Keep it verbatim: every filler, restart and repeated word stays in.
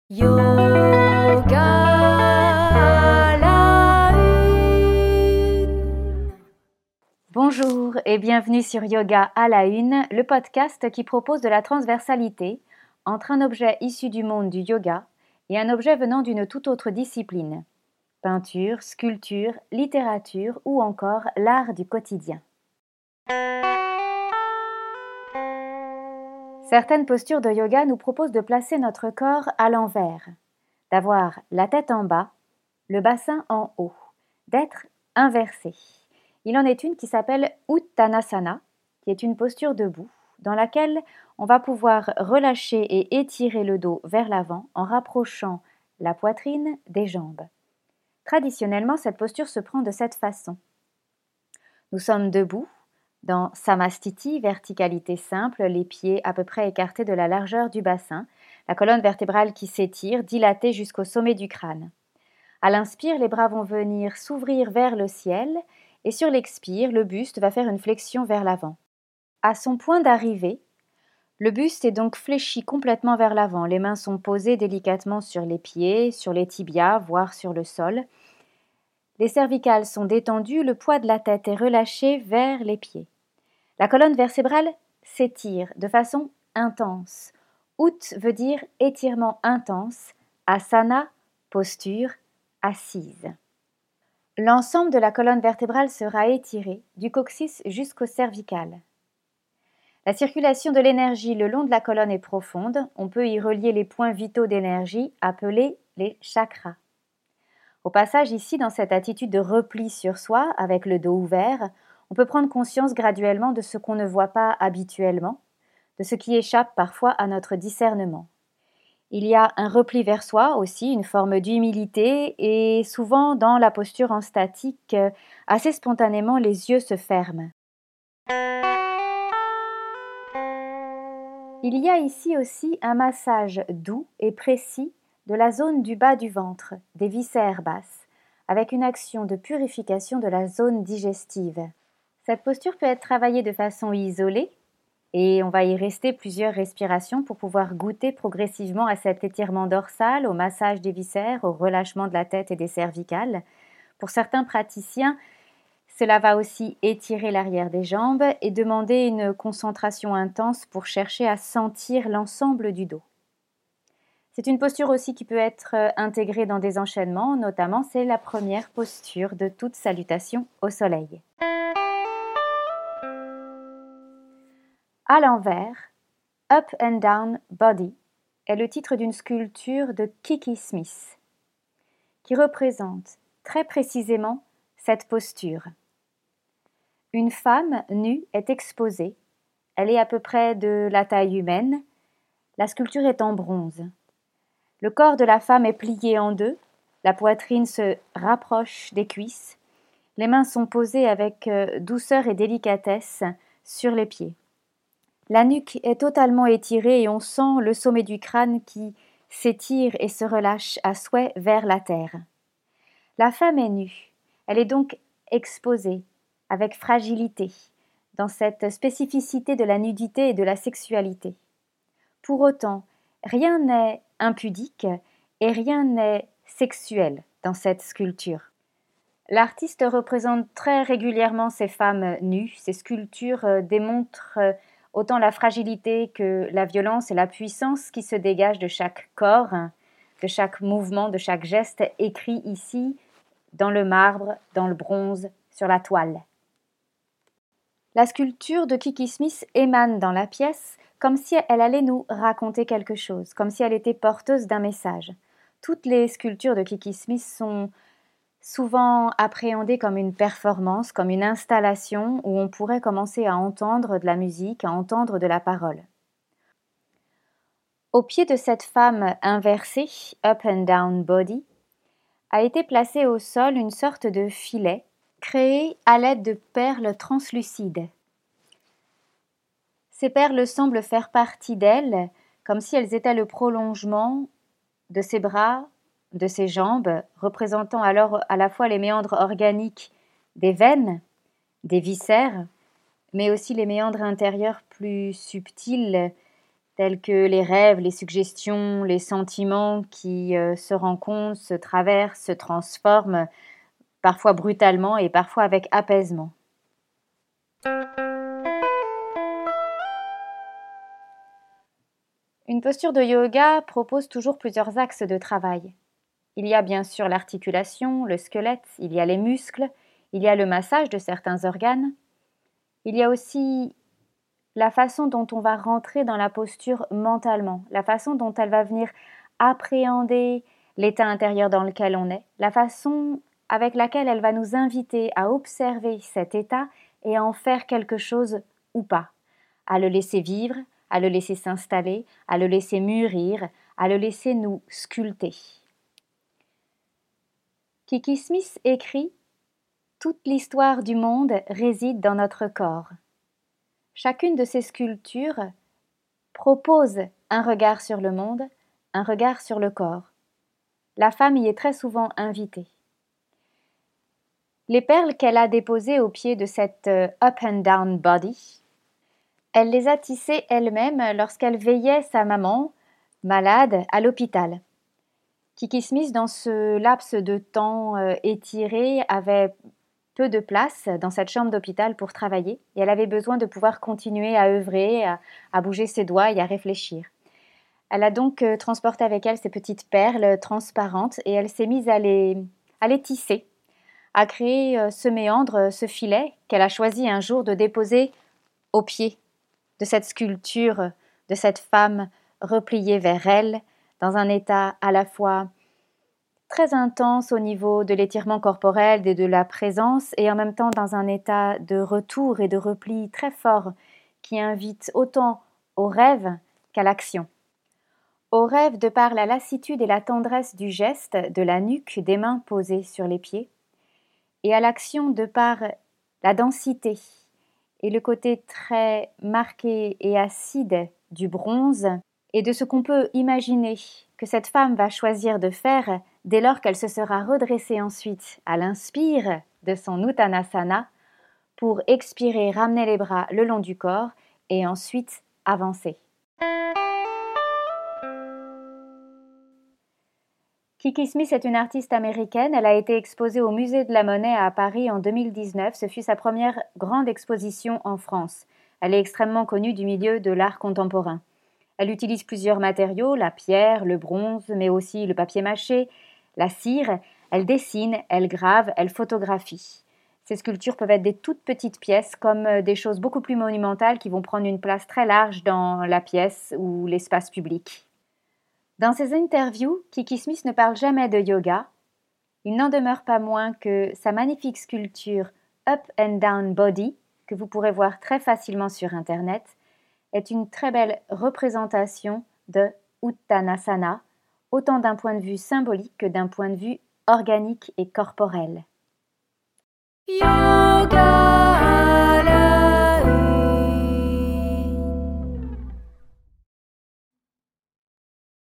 Yoga la une. Bonjour et bienvenue sur Yoga à la une, le podcast qui propose de la transversalité entre un objet issu du monde du yoga et un objet venant d'une toute autre discipline, peinture, sculpture, littérature ou encore l'art du quotidien. Certaines postures de yoga nous proposent de placer notre corps à l'envers, d'avoir la tête en bas, le bassin en haut, d'être inversé. Il en est une qui s'appelle Uttanasana, qui est une posture debout, dans laquelle on va pouvoir relâcher et étirer le dos vers l'avant en rapprochant la poitrine des jambes. Traditionnellement, cette posture se prend de cette façon. Nous sommes debout, dans Samastiti, verticalité simple, les pieds à peu près écartés de la largeur du bassin, la colonne vertébrale qui s'étire, dilatée jusqu'au sommet du crâne. À l'inspire, les bras vont venir s'ouvrir vers le ciel et sur l'expire, le buste va faire une flexion vers l'avant. À son point d'arrivée, le buste est donc fléchi complètement vers l'avant. Les mains sont posées délicatement sur les pieds, sur les tibias, voire sur le sol. Les cervicales sont détendues, le poids de la tête est relâché vers les pieds. La colonne vertébrale s'étire de façon intense. Ut veut dire étirement intense, asana, posture, assise. L'ensemble de la colonne vertébrale sera étiré du coccyx jusqu'au cervical. La circulation de l'énergie le long de la colonne est profonde. On peut y relier les points vitaux d'énergie appelés les chakras. Au passage, ici, dans cette attitude de repli sur soi, avec le dos ouvert, on peut prendre conscience graduellement de ce qu'on ne voit pas habituellement, de ce qui échappe parfois à notre discernement. Il y a un repli vers soi aussi, une forme d'humilité, et souvent dans la posture en statique, assez spontanément les yeux se ferment. Il y a ici aussi un massage doux et précis de la zone du bas du ventre, des viscères basses, avec une action de purification de la zone digestive. Cette posture peut être travaillée de façon isolée et on va y rester plusieurs respirations pour pouvoir goûter progressivement à cet étirement dorsal, au massage des viscères, au relâchement de la tête et des cervicales. Pour certains praticiens, cela va aussi étirer l'arrière des jambes et demander une concentration intense pour chercher à sentir l'ensemble du dos. C'est une posture aussi qui peut être intégrée dans des enchaînements, notamment c'est la première posture de toute salutation au soleil. À l'envers, Up and Down Body est le titre d'une sculpture de Kiki Smith qui représente très précisément cette posture. Une femme nue est exposée, elle est à peu près de la taille humaine, la sculpture est en bronze. Le corps de la femme est plié en deux, la poitrine se rapproche des cuisses, les mains sont posées avec douceur et délicatesse sur les pieds. La nuque est totalement étirée et on sent le sommet du crâne qui s'étire et se relâche à souhait vers la terre. La femme est nue, elle est donc exposée avec fragilité dans cette spécificité de la nudité et de la sexualité. Pour autant, rien n'est impudique et rien n'est sexuel dans cette sculpture. L'artiste représente très régulièrement ces femmes nues. Ces sculptures démontrent autant la fragilité que la violence et la puissance qui se dégagent de chaque corps, de chaque mouvement, de chaque geste écrit ici, dans le marbre, dans le bronze, sur la toile. La sculpture de Kiki Smith émane dans la pièce comme si elle allait nous raconter quelque chose, comme si elle était porteuse d'un message. Toutes les sculptures de Kiki Smith sont souvent appréhendées comme une performance, comme une installation où on pourrait commencer à entendre de la musique, à entendre de la parole. Au pied de cette femme inversée, up and down body, a été placé au sol une sorte de filet créé à l'aide de perles translucides. Ces perles semblent faire partie d'elle, comme si elles étaient le prolongement de ses bras, de ses jambes, représentant alors à la fois les méandres organiques des veines, des viscères, mais aussi les méandres intérieurs plus subtils tels que les rêves, les suggestions, les sentiments qui euh, se rencontrent, se traversent, se transforment, parfois brutalement et parfois avec apaisement. Une posture de yoga propose toujours plusieurs axes de travail. Il y a bien sûr l'articulation, le squelette, il y a les muscles, il y a le massage de certains organes. Il y a aussi la façon dont on va rentrer dans la posture mentalement, la façon dont elle va venir appréhender l'état intérieur dans lequel on est, la façon avec laquelle elle va nous inviter à observer cet état et à en faire quelque chose ou pas, à le laisser vivre, à le laisser s'installer, à le laisser mûrir, à le laisser nous sculpter. Kiki Smith écrit « Toute l'histoire du monde réside dans notre corps ». Chacune de ces sculptures propose un regard sur le monde, un regard sur le corps. La femme y est très souvent invitée. Les perles qu'elle a déposées au pied de cette up and down body, elle les a tissées elle-même lorsqu'elle veillait sa maman, malade, à l'hôpital. Kiki Smith, dans ce laps de temps euh, étiré, avait peu de place dans cette chambre d'hôpital pour travailler et elle avait besoin de pouvoir continuer à œuvrer, à, à bouger ses doigts et à réfléchir. Elle a donc euh, transporté avec elle ces petites perles transparentes et elle s'est mise à les, à les tisser, à créer euh, ce méandre, ce filet qu'elle a choisi un jour de déposer au pied de cette sculpture, de cette femme repliée vers elle, dans un état à la fois très intense au niveau de l'étirement corporel et de la présence, et en même temps dans un état de retour et de repli très fort qui invite autant au rêve qu'à l'action. Au rêve de par la lassitude et la tendresse du geste, de la nuque des mains posées sur les pieds, et à l'action de par la densité et le côté très marqué et acide du bronze, et de ce qu'on peut imaginer que cette femme va choisir de faire dès lors qu'elle se sera redressée ensuite à l'inspire de son Uttanasana pour expirer, ramener les bras le long du corps et ensuite avancer. Kiki Smith est une artiste américaine. Elle a été exposée au Musée de la Monnaie à Paris en deux mille dix-neuf. Ce fut sa première grande exposition en France. Elle est extrêmement connue du milieu de l'art contemporain. Elle utilise plusieurs matériaux, la pierre, le bronze, mais aussi le papier mâché, la cire. Elle dessine, elle grave, elle photographie. Ces sculptures peuvent être des toutes petites pièces comme des choses beaucoup plus monumentales qui vont prendre une place très large dans la pièce ou l'espace public. Dans ses interviews, Kiki Smith ne parle jamais de yoga. Il n'en demeure pas moins que sa magnifique sculpture Up and Down Body, que vous pourrez voir très facilement sur Internet, est une très belle représentation de Uttanasana, autant d'un point de vue symbolique que d'un point de vue organique et corporel. Yoga.